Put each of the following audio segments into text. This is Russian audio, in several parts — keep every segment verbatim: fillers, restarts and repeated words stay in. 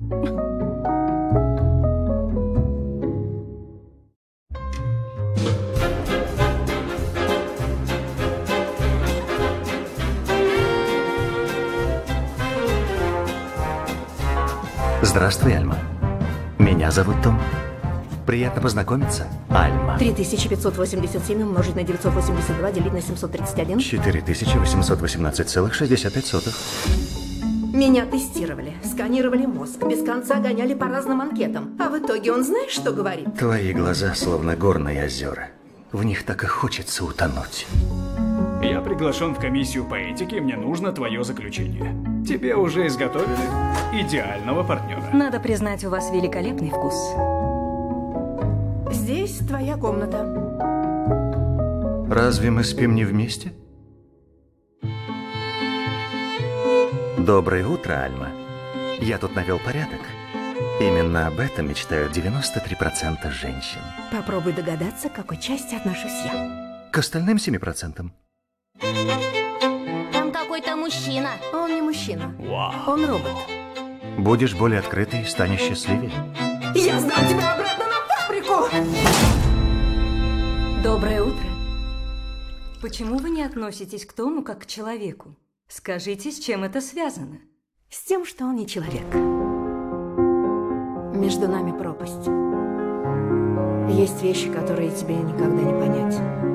Здравствуй, Альма. Меня зовут Том. Приятно познакомиться, Альма. три тысячи пятьсот восемьдесят семь умножить на девятьсот восемьдесят два делить на семьсот тридцать один. четыре тысячи восемьсот восемнадцать целых шестьдесят пять сотых. Меня тестировали, сканировали мозг, без конца гоняли по разным анкетам. А в итоге он знаешь, что говорит? Твои глаза словно горные озера. В них так и хочется утонуть. Я приглашен в комиссию по этике, мне нужно твое заключение. Тебе уже изготовили идеального партнера. Надо признать, у вас великолепный вкус. Здесь твоя комната. Разве мы спим не вместе? Доброе утро, Альма. Я тут навел порядок. Именно об этом мечтают девяносто три процента женщин. Попробуй догадаться, к какой части отношусь я. К остальным семи процентам. Там какой-то мужчина. Он не мужчина. Вау. Он робот. Будешь более открытой, станешь счастливее. Я сдам тебя обратно на фабрику! Доброе утро. Почему вы не относитесь к Тому как к человеку? Скажите, с чем это связано? С тем, что он не человек. Между нами пропасть. Есть вещи, которые тебе никогда не понять.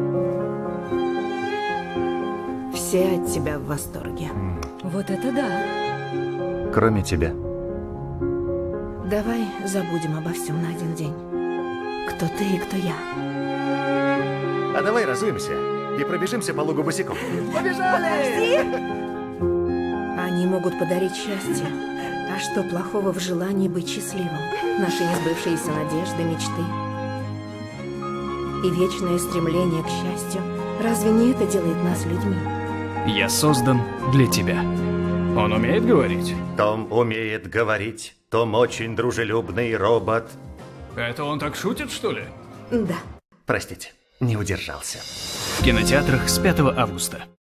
Все от тебя в восторге. Вот это да. Кроме тебя. Давай забудем обо всем на один день. Кто ты и кто я. А давай разуемся и пробежимся по лугу босиком. Побежали! Они могут подарить счастье. А что плохого в желании быть счастливым? Наши несбывшиеся надежды, мечты и вечное стремление к счастью. Разве не это делает нас людьми? Я создан для тебя. Он умеет говорить? Том умеет говорить. Том очень дружелюбный робот. Это он так шутит, что ли? Да. Простите, не удержался. В кинотеатрах с пятого августа.